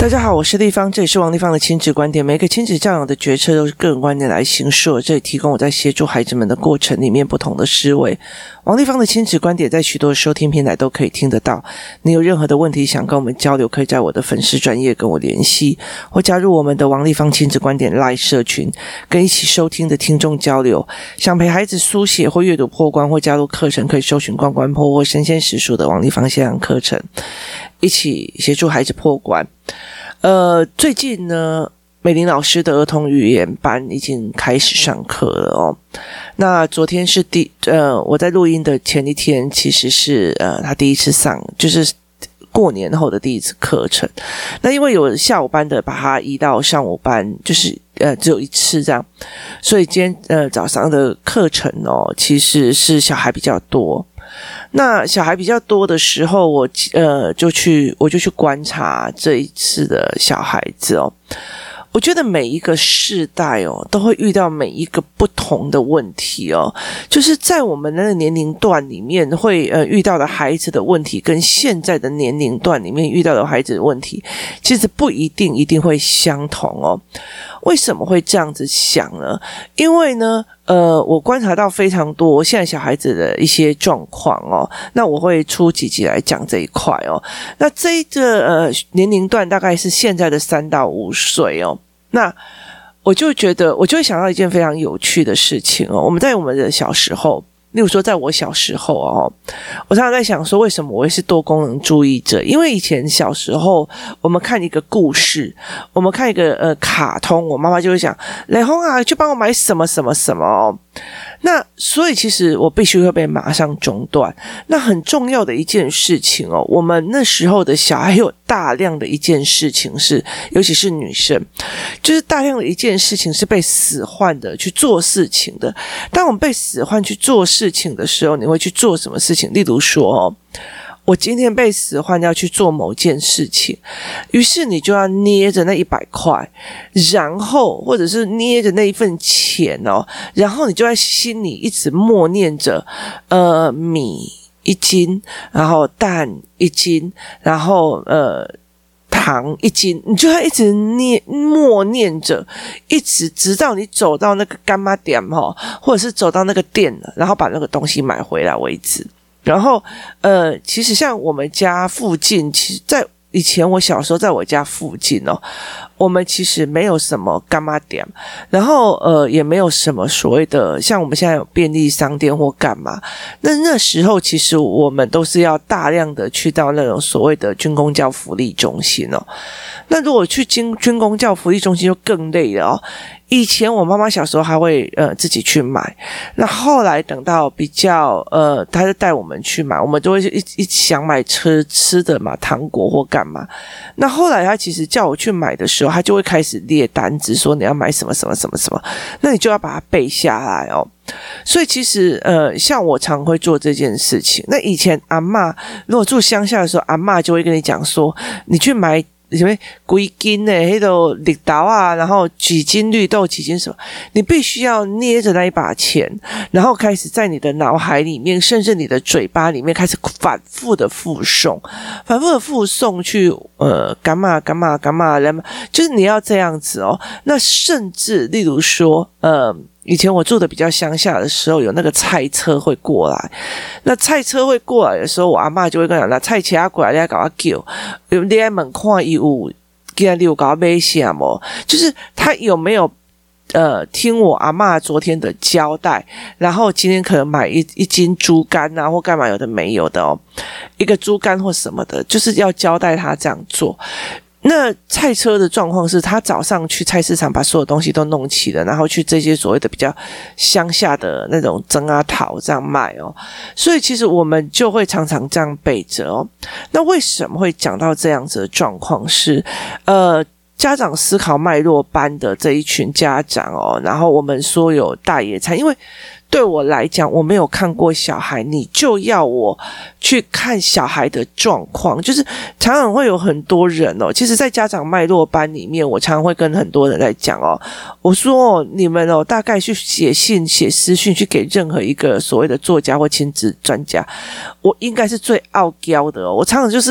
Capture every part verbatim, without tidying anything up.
大家好，我是立方，这里是王立方的亲子观点。每个亲子教养的决策都是个人观点来形塑，这里提供我在协助孩子们的过程里面不同的思维。王立方的亲子观点在许多收听平台都可以听得到。你有任何的问题想跟我们交流，可以在我的粉丝专页跟我联系，或加入我们的王立方亲子观点 LINE 社群，跟一起收听的听众交流。想陪孩子书写或阅读破关，或加入课程，可以搜寻关关破或身先实数的王立方线上课程，一起协助孩子破关。呃，最近呢，美玲老师的儿童语言班已经开始上课了哦。那昨天是第呃，我在录音的前一天，其实是呃，他第一次上，就是过年后的第一次课程。那因为有下午班的，把他移到上午班，就是呃只有一次这样，所以今天呃早上的课程哦，其实是小孩比较多。那小孩比较多的时候，我呃就去我就去观察这一次的小孩子哦。我觉得每一个世代哦，都会遇到每一个不同的问题哦，就是在我们那个年龄段里面会呃遇到的孩子的问题，跟现在的年龄段里面遇到的孩子的问题，其实不一定一定会相同哦。为什么会这样子想呢？因为呢，呃，我观察到非常多现在小孩子的一些状况哦，那我会出几集来讲这一块哦。那这一个呃年龄段大概是现在的三到五岁哦。那我就觉得，我就会想到一件非常有趣的事情哦。我们在我们的小时候，例如说在我小时候哦，我常常在想说，为什么我会是多功能注意者？因为以前小时候，我们看一个故事，我们看一个呃卡通，我妈妈就会讲：“雷轰啊，去帮我买什么什么什么哦。”那所以其实我必须会被马上中断。那很重要的一件事情哦，我们那时候的小孩有大量的一件事情是，尤其是女生，就是大量的一件事情是被使唤的去做事情的。当我们被使唤去做事情的时候，你会去做什么事情？例如说哦，我今天被使唤要去做某件事情，于是你就要捏着那一百块，然后或者是捏着那一份钱哦，然后你就在心里一直默念着，呃，米一斤，然后蛋一斤，然后呃。糖一斤，你就要一直念默念着，一直直到你走到那个干妈店齁，或者是走到那个店了，然后把那个东西买回来为止。然后呃，其实像我们家附近，其实在以前我小时候在我家附近哦，我们其实没有什么干妈店，然后呃也没有什么所谓的像我们现在有便利商店或干嘛。那那时候其实我们都是要大量的去到那种所谓的军公教福利中心哦。那如果去军军公教福利中心就更累了哦。以前我妈妈小时候还会呃自己去买，那后来等到比较呃，她就带我们去买，我们就会一一想买吃吃的嘛，糖果或干嘛。那后来她其实叫我去买的时候，她就会开始列单子，说你要买什么什么什么什么，那你就要把它背下来哦。所以其实呃，像我常会做这件事情。那以前阿嬷如果住乡下的时候，阿嬷就会跟你讲说，你去买什么几斤的那种绿豆啊，然后几斤绿豆几斤什么，你必须要捏着那一把钱，然后开始在你的脑海里面，甚至你的嘴巴里面开始反复的复诵，反复的复诵去呃干嘛干嘛干嘛，就是你要这样子哦。那甚至例如说呃。以前我住的比较乡下的时候，有那个菜车会过来。那菜车会过来的时候，我阿嬷就会跟我讲：“那菜车过来，你要给我叫，你在门看有，今天你有给我买什么？”就是他有没有呃听我阿嬷昨天的交代，然后今天可能买一一斤猪肝啊，或干嘛有的没有的哦，一个猪肝或什么的，就是要交代他这样做。那菜车的状况是他早上去菜市场把所有东西都弄齐了，然后去这些所谓的比较乡下的那种蒸啊桃这样卖哦，所以其实我们就会常常这样备着哦。那为什么会讲到这样子的状况是呃家长思考脉络班的这一群家长哦，然后我们说有大野餐，因为对我来讲，我没有看过小孩，你就要我去看小孩的状况，就是常常会有很多人哦。其实，在家长脉络班里面，我常常会跟很多人在讲哦，我说哦，你们哦，大概去写信、写私讯去给任何一个所谓的作家或亲子专家，我应该是最傲娇的哦。我常常就是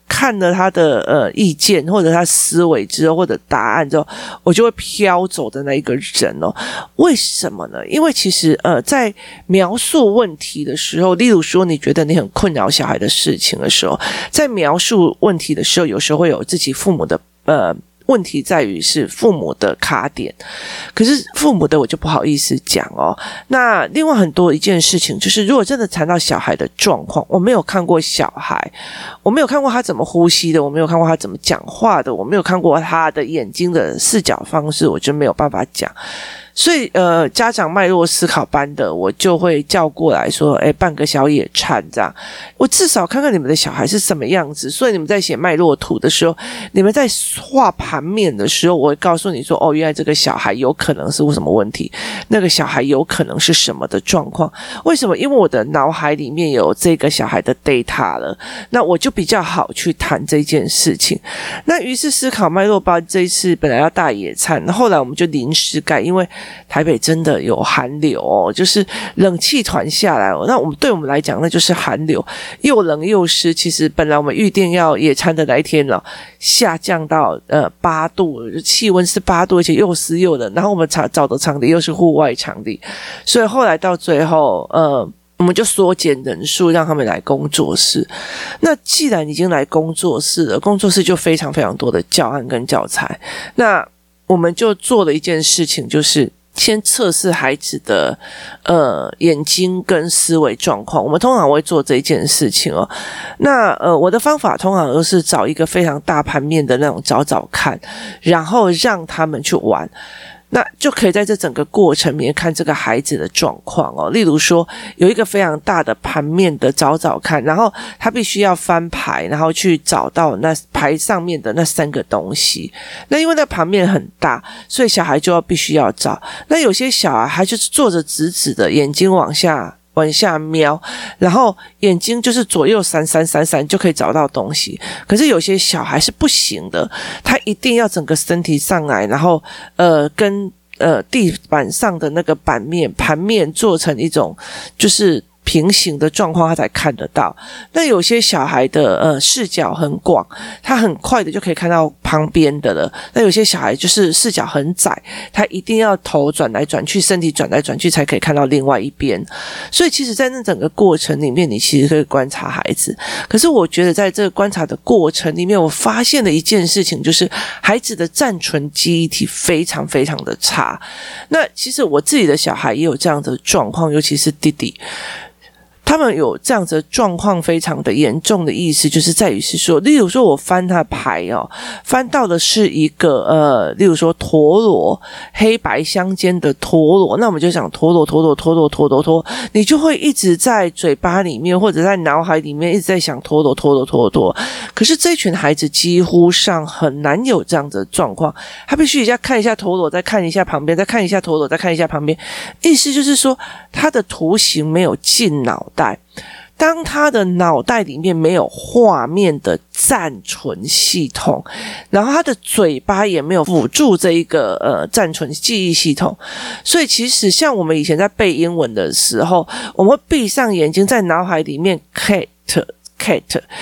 看了他的呃意见或者他思维之后或者答案之后，我就会飘走的那一个人哦。为什么呢？因为其实呃在描述问题的时候，例如说你觉得你很困扰小孩的事情的时候，在描述问题的时候，有时候会有自己父母的呃问题在于是父母的卡点，可是父母的我就不好意思讲哦。那另外很多一件事情就是，如果真的谈到小孩的状况，我没有看过小孩，我没有看过他怎么呼吸的，我没有看过他怎么讲话的，我没有看过他的眼睛的视角方式，我就没有办法讲。所以呃家长脉络思考班的我就会叫过来说，诶办个小野餐这样，我至少看看你们的小孩是什么样子。所以你们在写脉络图的时候，你们在画盘面的时候，我会告诉你说，哦原来这个小孩有可能是什么问题，那个小孩有可能是什么的状况。为什么？因为我的脑海里面有这个小孩的 data 了，那我就比较好去谈这件事情。那于是思考脉络班这一次本来要大野餐，后来我们就临时改，因为台北真的有寒流哦，就是冷气团下来哦，那我们对我们来讲那就是寒流，又冷又湿。其实本来我们预定要野餐的那一天了，下降到呃八度，气温是八度，而且又湿又冷，然后我们找找的场地又是户外场地，所以后来到最后呃我们就缩减人数，让他们来工作室。那既然已经来工作室了，工作室就非常非常多的教案跟教材，那我们就做了一件事情，就是先测试孩子的呃眼睛跟思维状况。我们通常会做这一件事情哦。那呃我的方法通常都是找一个非常大盘面的那种找找看，然后让他们去玩。那就可以在这整个过程里面看这个孩子的状况哦。例如说有一个非常大的盘面的找找看，然后他必须要翻牌，然后去找到那牌上面的那三个东西。那因为那盘面很大，所以小孩就要必须要找。那有些小孩还就是坐着直直的，眼睛往下往下瞄，然后眼睛就是左右闪闪闪闪就可以找到东西。可是有些小孩是不行的，他一定要整个身体上来，然后呃跟呃地板上的那个板面盘面做成一种就是平行的状况，他才看得到。那有些小孩的呃视角很广，他很快的就可以看到旁边的了。那有些小孩就是视角很窄，他一定要头转来转去，身体转来转去才可以看到另外一边。所以其实在那整个过程里面，你其实可以观察孩子。可是我觉得在这个观察的过程里面，我发现了一件事情，就是孩子的暂存记忆体非常非常的差。那其实我自己的小孩也有这样的状况，尤其是弟弟。他们有这样子的状况非常的严重的意思，就是在于是说，例如说我翻他牌哦，翻到的是一个呃，例如说陀螺，黑白相间的陀螺，那我们就讲陀螺陀螺陀螺陀螺陀，你就会一直在嘴巴里面或者在脑海里面一直在想陀螺陀螺陀螺陀。可是这群孩子几乎上很难有这样的状况，他必须一下看一下陀螺，再看一下旁边，再看一下陀螺，再看一下旁边，意思就是说他的图形没有进脑袋。当他的脑袋里面没有画面的暂存系统，然后他的嘴巴也没有辅助这一个呃暂存记忆系统，所以其实像我们以前在背英文的时候，我们会闭上眼睛，在脑海里面 cat cat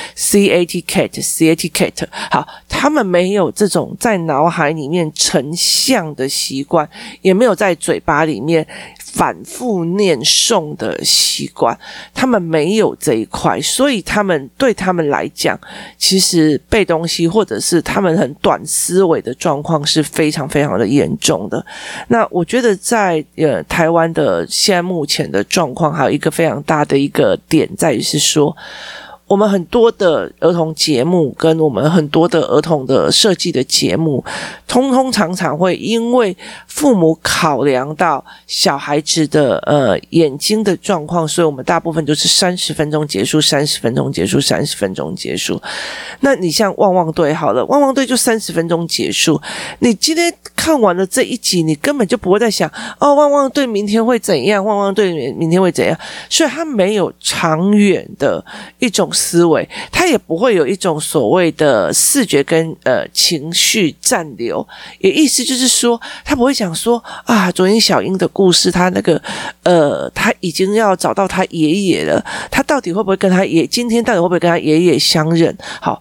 c a t cat c a t cat 好，他们没有这种在脑海里面成像的习惯，也没有在嘴巴里面反复念诵的习惯，他们没有这一块，所以他们对他们来讲，其实背东西或者是他们很短思维的状况是非常非常的严重的。那我觉得在呃台湾的现在目前的状况，还有一个非常大的一个点在于是说，我们很多的儿童节目跟我们很多的儿童的设计的节目，通通常常会因为父母考量到小孩子的呃眼睛的状况，所以我们大部分就是三十分钟结束，三十分钟结束，三十分钟结束。那你像汪汪队好了，汪汪队就三十分钟结束，你今天看完了这一集，你根本就不会再想哦，汪汪队明天会怎样，汪汪队明天会怎样，所以他没有长远的一种思维，他也不会有一种所谓的视觉跟呃情绪暂留，也意思就是说，他不会想说啊，昨天小英的故事，他那个呃，他已经要找到他爷爷了，他到底会不会跟他爷，今天到底会不会跟他爷爷相认？好，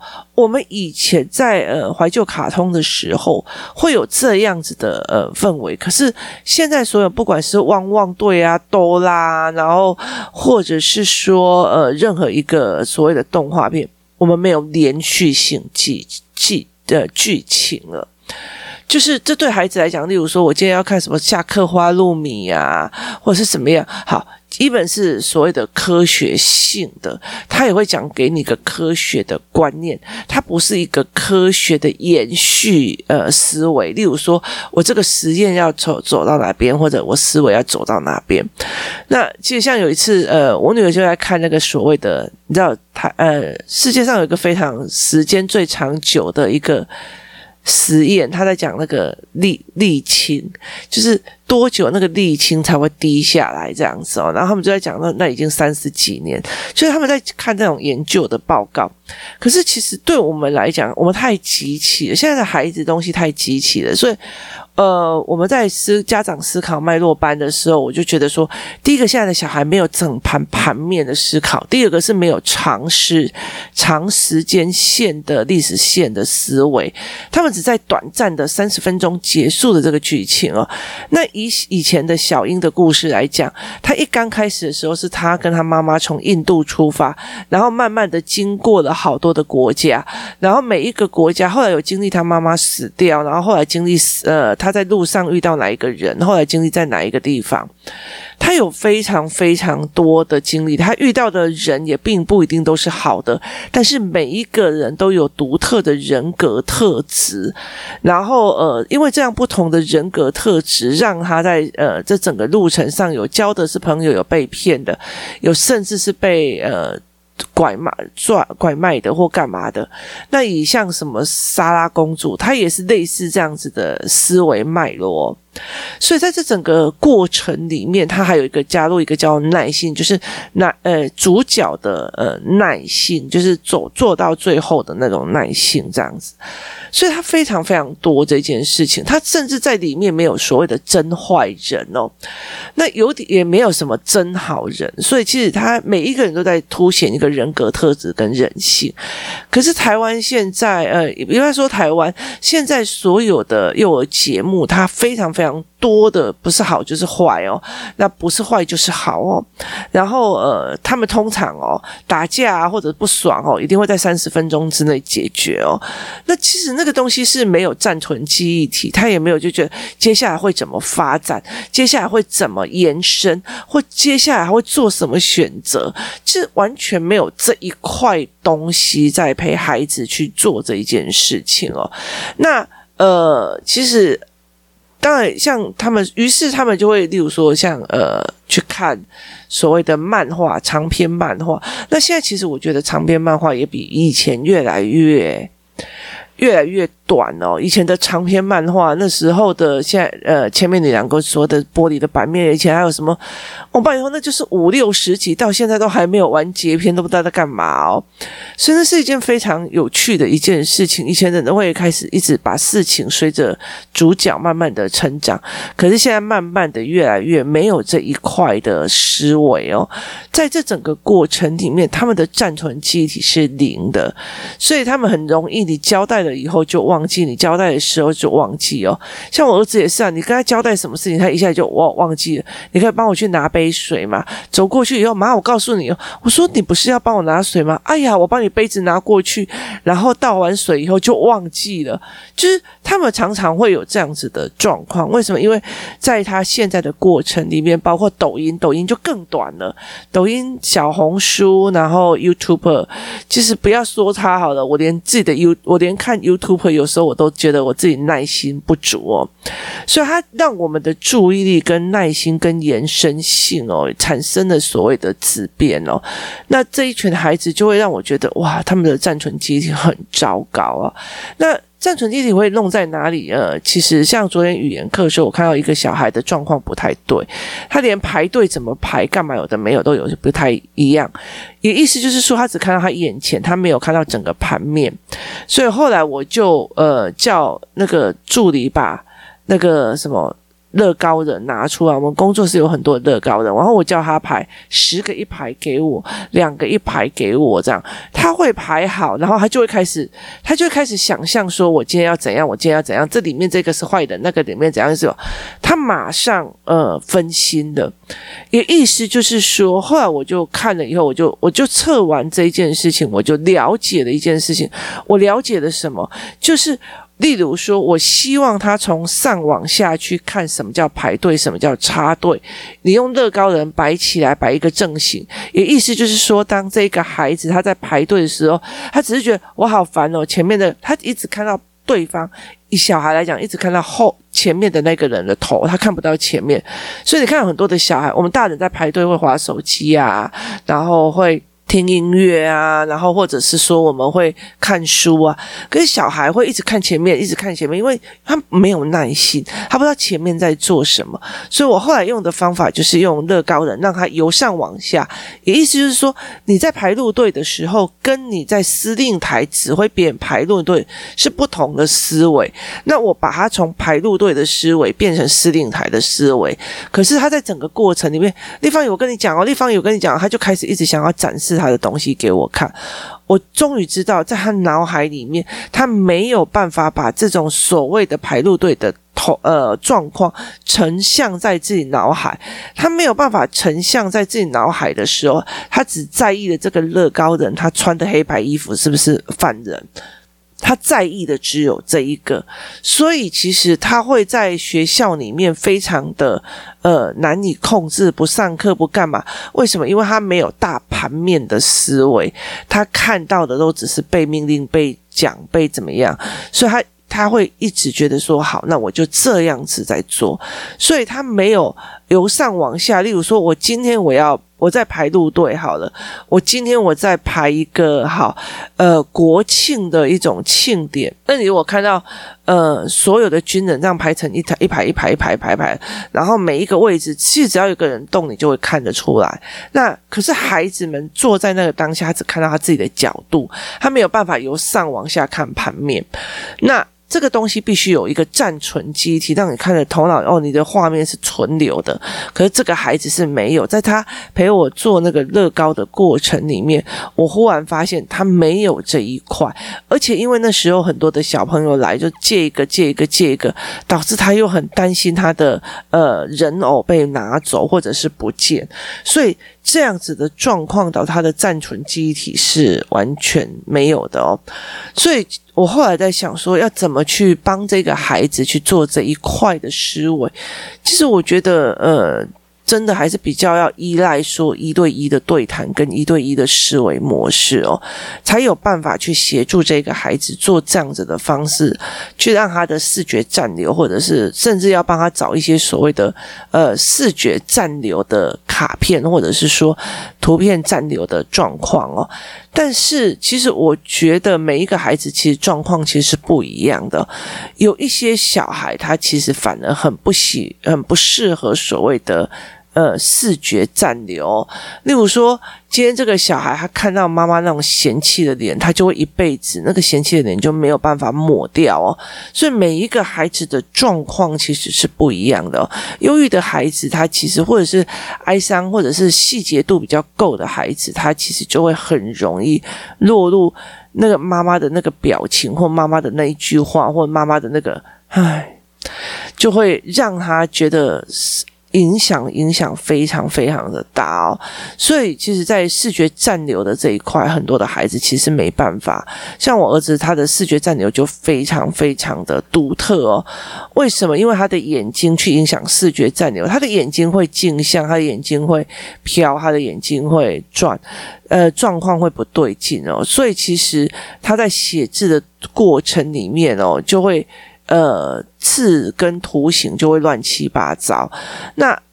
我们以前在呃怀旧卡通的时候会有这样子的呃氛围，可是现在所有不管是汪汪队啊、哆啦，然后或者是说呃任何一个所谓的动画片，我们没有连续性记记的剧情了。就是这对孩子来讲，例如说我今天要看什么下课花露米啊，或者是怎么样，好，一本是所谓的科学性的，他也会讲给你一个科学的观念，它不是一个科学的延续呃思维。例如说我这个实验要走走到哪边，或者我思维要走到哪边。那其实像有一次呃我女儿就在看那个所谓的，你知道她呃世界上有一个非常时间最长久的一个实验，他在讲那个沥沥青，就是多久那个沥青才会滴下来这样子哦。然后他们就在讲那那已经三十几年，就是他们在看这种研究的报告。可是其实对我们来讲，我们太急起了，现在的孩子东西太急起了，所以呃，我们在思家长思考脉络班的时候，我就觉得说，第一个，现在的小孩没有整盘盘面的思考；第二个是没有长时长时间线的历史线的思维，他们只在短暂的三十分钟结束的这个剧情哦。那以以前的小英的故事来讲，他一刚开始的时候是他跟他妈妈从印度出发，然后慢慢的经过了好多的国家，然后每一个国家后来有经历他妈妈死掉，然后后来经历呃。他在路上遇到哪一个人，后来经历在哪一个地方，他有非常非常多的经历，他遇到的人也并不一定都是好的，但是每一个人都有独特的人格特质，然后呃，因为这样不同的人格特质，让他在呃这整个路程上有交的是朋友，有被骗的，有甚至是被呃拐卖抓拐卖的或干嘛的。那以像什么莎拉公主，她也是类似这样子的思维脉络。所以在这整个过程里面，他还有一个加入一个叫耐性，就是那呃主角的呃耐性，就是走做到最后的那种耐性这样子。所以他非常非常多这件事情，他甚至在里面没有所谓的真坏人哦，那有点也没有什么真好人，所以其实他每一个人都在凸显一个人格特质跟人性。可是台湾现在呃，应该说台湾现在所有的幼儿节目，它非常非常非常多的不是好就是坏哦，那不是坏就是好哦。然后呃，他们通常哦打架啊或者不爽哦，一定会在三十分钟之内解决哦。那其实那个东西是没有暂存记忆体，他也没有就觉得接下来会怎么发展，接下来会怎么延伸，或接下来会做什么选择，是完全没有这一块东西在陪孩子去做这一件事情哦。那呃，其实。当然像他们，于是他们就会例如说像呃去看所谓的漫画，长篇漫画。那现在其实我觉得长篇漫画也比以前越来越越来越短哦。以前的长篇漫画那时候的现在呃前面你两个说的玻璃的版面，以前还有什么我拜托那就是五六十集，到现在都还没有完结篇，都不知道在干嘛哦。所以那是一件非常有趣的一件事情。以前的人会开始一直把事情随着主角慢慢的成长，可是现在慢慢的越来越没有这一块的思维哦。在这整个过程里面，他们的暂存记忆体是零的，所以他们很容易你交代了以后就忘记，你交代的时候就忘记哦。像我儿子也是啊，你跟他交代什么事情，他一下就忘忘记了。你可以帮我去拿杯水嘛？走过去以后，妈，我告诉你哦，我说你不是要帮我拿水吗？哎呀，我帮你杯子拿过去，然后倒完水以后就忘记了。就是他们常常会有这样子的状况，为什么？因为在他现在的过程里面，包括抖音，抖音就更短了。抖音、小红书，然后 YouTube， 其实不要说他好了，我连自己的 You， 我连看 YouTube 有时候我都觉得我自己耐心不足哦。所以它让我们的注意力跟耐心跟延伸性哦，产生了所谓的质变哦。那这一群孩子就会让我觉得哇，他们的暂存记忆体很糟糕啊。那暂存记忆体会弄在哪里？呃，其实像昨天语言课的时候，我看到一个小孩的状况不太对，他连排队怎么排、干嘛有的没有都有不太一样。也意思就是说，他只看到他眼前，他没有看到整个盘面。所以后来我就呃叫那个助理把那个什么。 乐高人拿出来，我们工作室有很多乐高人，然后我叫他排十个一排给我，两个一排给我，这样他会排好，然后他就会开始，他就会开始想象说，我今天要怎样，我今天要怎样，这里面这个是坏的，那个里面怎样是有，他马上呃分心的，也意思就是说，后来我就看了以后，我就我就测完这一件事情，我就了解了一件事情，我了解了什么，就是。例如说，我希望他从上往下去看什么叫排队，什么叫插队。你用乐高人摆起来，摆一个正形，也意思就是说，当这个孩子他在排队的时候，他只是觉得我好烦哦，前面的他一直看到对方。以小孩来讲，一直看到后前面的那个人的头，他看不到前面，所以你看到很多的小孩，我们大人在排队会滑手机啊，然后会。听音乐啊，然后或者是说我们会看书啊，可是小孩会一直看前面，一直看前面，因为他没有耐心，他不知道前面在做什么，所以我后来用的方法就是用乐高人，让他由上往下，也意思就是说你在排路队的时候，跟你在司令台指挥别人排路队是不同的思维，那我把他从排路队的思维变成司令台的思维，可是他在整个过程里面，立方有跟你讲哦，立方有跟你讲，他就开始一直想要展示他的东西给我看，我终于知道在他脑海里面他没有办法把这种所谓的排路队的头呃状况呈现在自己脑海，他没有办法呈现在自己脑海的时候，他只在意了这个乐高人他穿的黑白衣服是不是犯人，他在意的只有这一个，所以其实他会在学校里面非常的呃难以控制，不上课不干嘛？为什么？因为他没有大盘面的思维，他看到的都只是被命令、被讲、被怎么样，所以他他会一直觉得说好，那我就这样子在做，所以他没有由上往下。例如说，我今天我要。我在排路队好了，我今天我在排一个好呃国庆的一种庆典，那你如果看到呃所有的军人这样排成一排一排一排一排一排一排，然后每一个位置其实只要有个人动你就会看得出来，那可是孩子们坐在那个当下，他只看到他自己的角度，他没有办法由上往下看盘面，那这个东西必须有一个暂存记忆体，让你看着头脑哦，你的画面是存留的。可是这个孩子是没有，在他陪我做那个乐高的过程里面，我忽然发现他没有这一块，而且因为那时候很多的小朋友来，就借一个借一个借一个，导致他又很担心他的呃人偶被拿走或者是不见，所以这样子的状况导致他的暂存记忆体是完全没有的哦，所以我后来在想说要怎么去帮这个孩子去做这一块的思维，其实我觉得呃真的还是比较要依赖说一对一的对谈跟一对一的思维模式哦，才有办法去协助这个孩子做这样子的方式，去让他的视觉暂留，或者是甚至要帮他找一些所谓的呃视觉暂留的卡片，或者是说图片暂留的状况哦。但是其实我觉得每一个孩子其实状况其实是不一样的，有一些小孩他其实反而很不喜很不适合所谓的呃视觉暂留，例如说今天这个小孩他看到妈妈那种嫌弃的脸，他就会一辈子那个嫌弃的脸就没有办法抹掉哦。所以每一个孩子的状况其实是不一样的哦。忧郁的孩子他其实或者是哀伤或者是细节度比较够的孩子，他其实就会很容易落入那个妈妈的那个表情或妈妈的那一句话或妈妈的那个唉，就会让他觉得影响影响非常非常的大哦，所以其实在视觉暂留的这一块，很多的孩子其实没办法，像我儿子他的视觉暂留就非常非常的独特哦。为什么？因为他的眼睛去影响视觉暂留，他的眼睛会镜像，他的眼睛会飘，他的眼睛会转，呃，状况会不对劲哦，所以其实他在写字的过程里面哦，就会呃，字跟图形就会乱七八糟。那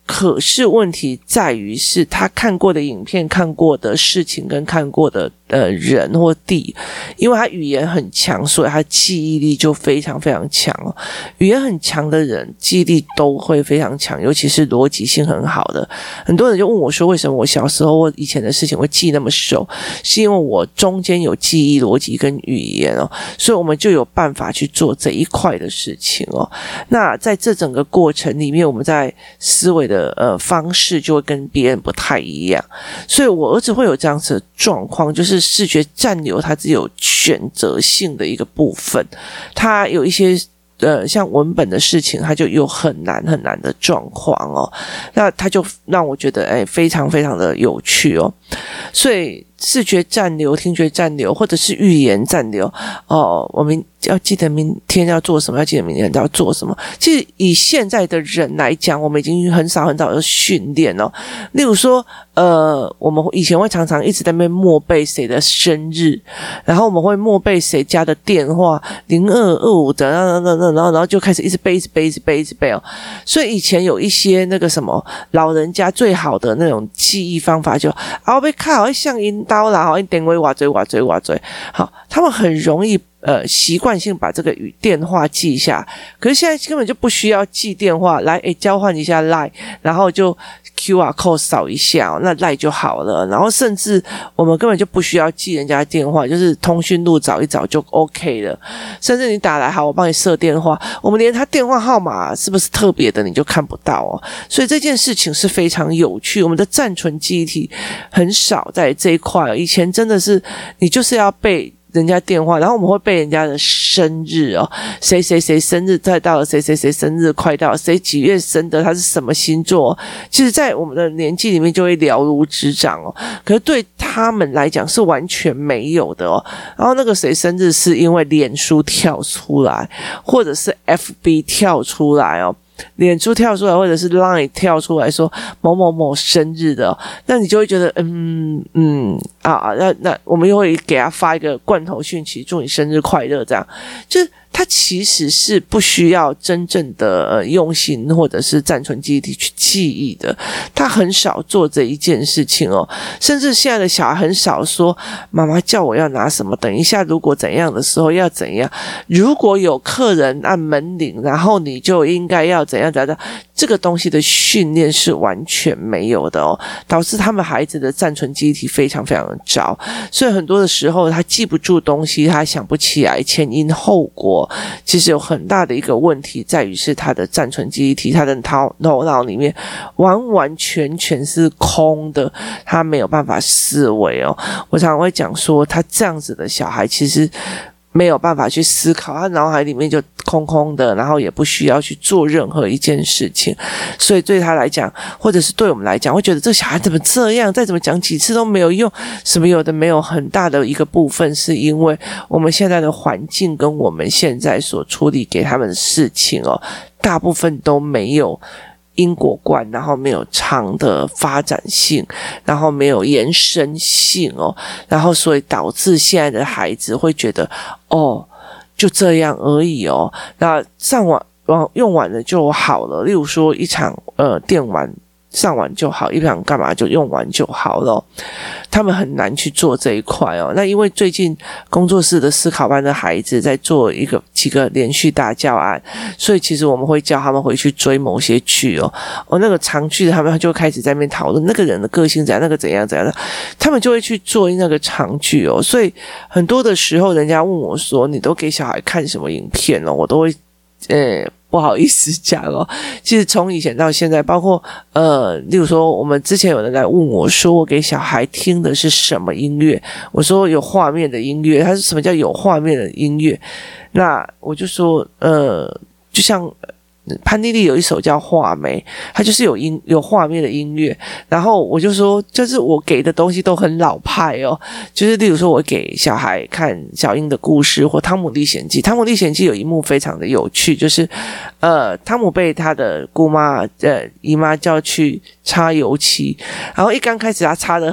可是问题在于是他看过的影片、看过的事情跟看过的呃人或地，因为他语言很强，所以他记忆力就非常非常强哦。语言很强的人记忆力都会非常强，尤其是逻辑性很好的。很多人就问我说，为什么我小时候或以前的事情会记那么熟？是因为我中间有记忆、逻辑跟语言哦，所以我们就有办法去做这一块的事情哦。那在这整个过程里面，我们在思维的呃方式就会跟别人不太一样，所以我儿子会有这样子的状况，就是视觉占留它只有选择性的一个部分，它有一些呃像文本的事情，它就有很难很难的状况哦，那它就让我觉得哎非常非常的有趣哦，所以视觉占留、听觉占留，或者是语言占留哦，我们要记得明天要做什么，要记得明天要做什么。其实以现在的人来讲，我们已经很少很少的训练哦。例如说，呃，我们以前会常常一直在那边默背谁的生日，然后我们会默背谁家的电话零二二五的，然后然后然后然后就开始一直背一直背一直背一直背哦。所以以前有一些那个什么老人家最好的那种记忆方法就，啊我被靠会像引导啦，好，一点位瓦嘴瓦嘴瓦嘴，好，他们很容易。呃，习惯性把这个语电话记下，可是现在根本就不需要记电话，来，诶，交换一下 LINE， 然后就 Q R code 扫一下，那 LINE 就好了。然后甚至我们根本就不需要记人家电话，就是通讯录找一找就 OK 了。甚至你打来，好，我帮你设电话，我们连他电话号码是不是特别的你就看不到哦。所以这件事情是非常有趣，我们的暂存记忆体很少在这一块，以前真的是你就是要背人家电话，然后我们会背人家的生日哦，谁谁谁生日快到了，谁谁谁生日快到了，谁几月生的，他是什么星座，其实在我们的年纪里面就会了如指掌哦，可是对他们来讲是完全没有的哦。然后那个谁生日是因为脸书跳出来，或者是 F B 跳出来哦，脸书跳出来，或者是 LINE 跳出来说某某某生日的、哦，那你就会觉得嗯嗯啊，那那我们又会给他发一个罐头讯息，祝你生日快乐，这样就是他其实是不需要真正的、呃、用心或者是暂存记忆体去记忆的，他很少做这一件事情哦，甚至现在的小孩很少说妈妈叫我要拿什么，等一下如果怎样的时候要怎样，如果有客人按门铃，然后你就应该要怎样怎样，这个东西的训练是完全没有的哦，导致他们孩子的暂存记忆体非常非常的糟，所以很多的时候他记不住东西，他想不起来前因后果，其实有很大的一个问题在于是他的暂存记忆体，他的头脑里面完完全全是空的，他没有办法思维哦。我常常会讲说，他这样子的小孩其实没有办法去思考，他脑海里面就空空的，然后也不需要去做任何一件事情，所以对他来讲，或者是对我们来讲，会觉得这小孩怎么这样，再怎么讲几次都没有用，什么有的没有，很大的一个部分是因为我们现在的环境跟我们现在所处理给他们的事情哦，大部分都没有因果观，然后没有长的发展性，然后没有延伸性哦，然后所以导致现在的孩子会觉得哦就这样而已哦，那上网用完了就好了，例如说一场呃电玩上完就好，一场干嘛就用完就好了、哦，他们很难去做这一块哦。那因为最近工作室的思考班的孩子在做一个几个连续大教案，所以其实我们会叫他们回去追某些剧哦，哦那个长剧的他们就开始在那边讨论那个人的个性怎样，那个怎样怎样的，他们就会去做那个长剧哦。所以很多的时候，人家问我说：“你都给小孩看什么影片哦？”我都会呃。不好意思讲哦，其实从以前到现在，包括呃，例如说，我们之前有人来问我说，我给小孩听的是什么音乐？我说有画面的音乐。他说什么叫有画面的音乐？那我就说，呃，就像潘妮丽有一首叫《画眉》，它就是有音有画面的音乐。然后我就说，就是我给的东西都很老派哦，就是例如说我给小孩看小英的故事或《汤姆历险记》。《汤姆历险记》有一幕非常的有趣，就是呃，汤姆被他的姑妈呃姨妈叫去擦油漆，然后一刚开始他擦得很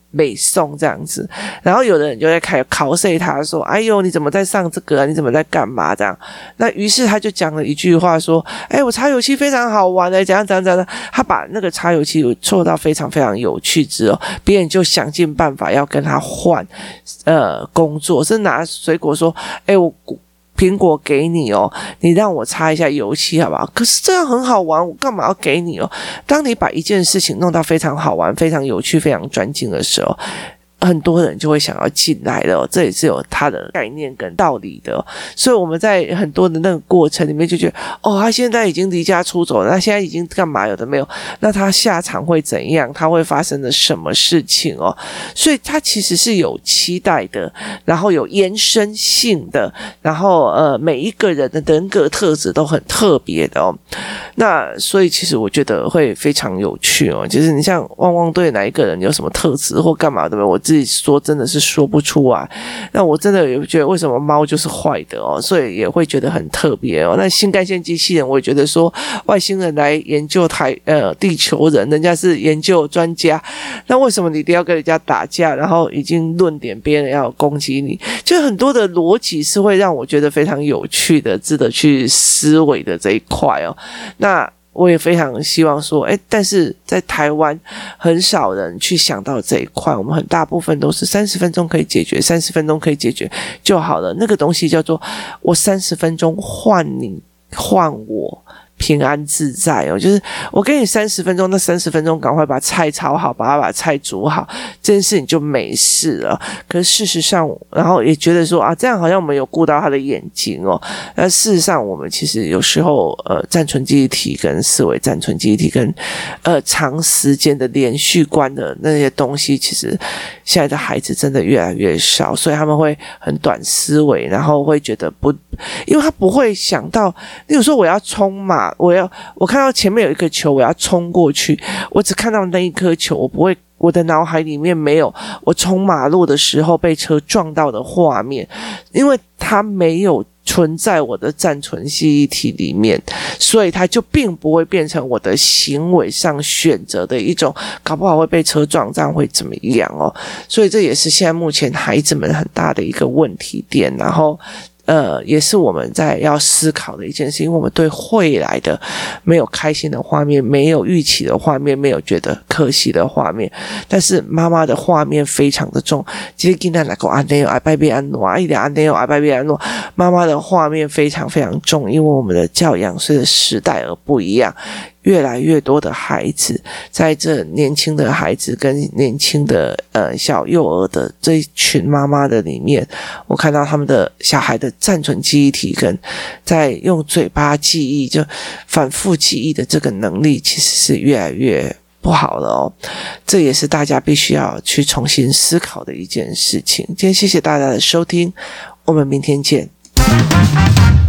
美颂这样子，然后有的人就在开始考试他说，哎呦你怎么在上这个啊，你怎么在干嘛这样，那于是他就讲了一句话说，哎我擦油漆非常好玩的，怎样怎样怎样，他把那个擦油漆做到非常非常有趣之后，别人就想尽办法要跟他换呃工作，是拿水果说，哎我苹果给你哦，你让我擦一下油漆好不好？可是这样很好玩，我干嘛要给你哦？当你把一件事情弄到非常好玩、非常有趣、非常专精的时候，很多人就会想要进来了、哦，这也是有它的概念跟道理的、哦。所以我们在很多的那个过程里面就觉得，哦，他现在已经离家出走了，他现在已经干嘛有的没有？那他下场会怎样？他会发生的什么事情哦？所以他其实是有期待的，然后有延伸性的，然后呃，每一个人的人格特质都很特别的哦。那所以其实我觉得会非常有趣哦。就是你像汪汪队哪一个人有什么特质或干嘛的没有？我自己说真的是说不出来，那我真的也觉得为什么猫就是坏的哦，所以也会觉得很特别哦。那新干线机器人，我也觉得说外星人来研究台呃地球人，人家是研究专家，那为什么你一定要跟人家打架，然后已经论点别人要攻击你？就很多的逻辑是会让我觉得非常有趣的，值得去思维的这一块哦。那我也非常希望说，诶，但是在台湾很少人去想到这一块，我们很大部分都是三十分钟可以解决，三十分钟可以解决就好了。那个东西叫做我三十分钟换你换我平安自在哦，就是我给你三十分钟，那三十分钟赶快把菜炒好，把它把菜煮好，这件事情就没事了。可是事实上，然后也觉得说啊，这样好像我们有顾到他的眼睛哦。那事实上，我们其实有时候呃，暂存记忆体跟思维暂存记忆体跟呃长时间的连续观的那些东西，其实现在的孩子真的越来越少，所以他们会很短思维，然后会觉得不，因为他不会想到，例如说我要冲马。我要我看到前面有一颗球，我要冲过去，我只看到那一颗球，我不会，我的脑海里面没有我冲马路的时候被车撞到的画面，因为它没有存在我的暂存记忆体里面，所以它就并不会变成我的行为上选择的一种，搞不好会被车撞，这样会怎么样哦？所以这也是现在目前孩子们很大的一个问题点，然后呃，也是我们在要思考的一件事，因为我们对未来的没有开心的画面，没有预期的画面，没有觉得可惜的画面，但是妈妈的画面非常的重。今天跟他来讲安内爱拜别安诺，一点安内爱拜别安诺，妈妈的画面非常非常重，因为我们的教养随着时代而不一样。越来越多的孩子，在这年轻的孩子跟年轻的呃小幼儿的这一群妈妈的里面，我看到他们的小孩的暂存记忆体跟在用嘴巴记忆就反复记忆的这个能力，其实是越来越不好了哦。这也是大家必须要去重新思考的一件事情。今天谢谢大家的收听，我们明天见。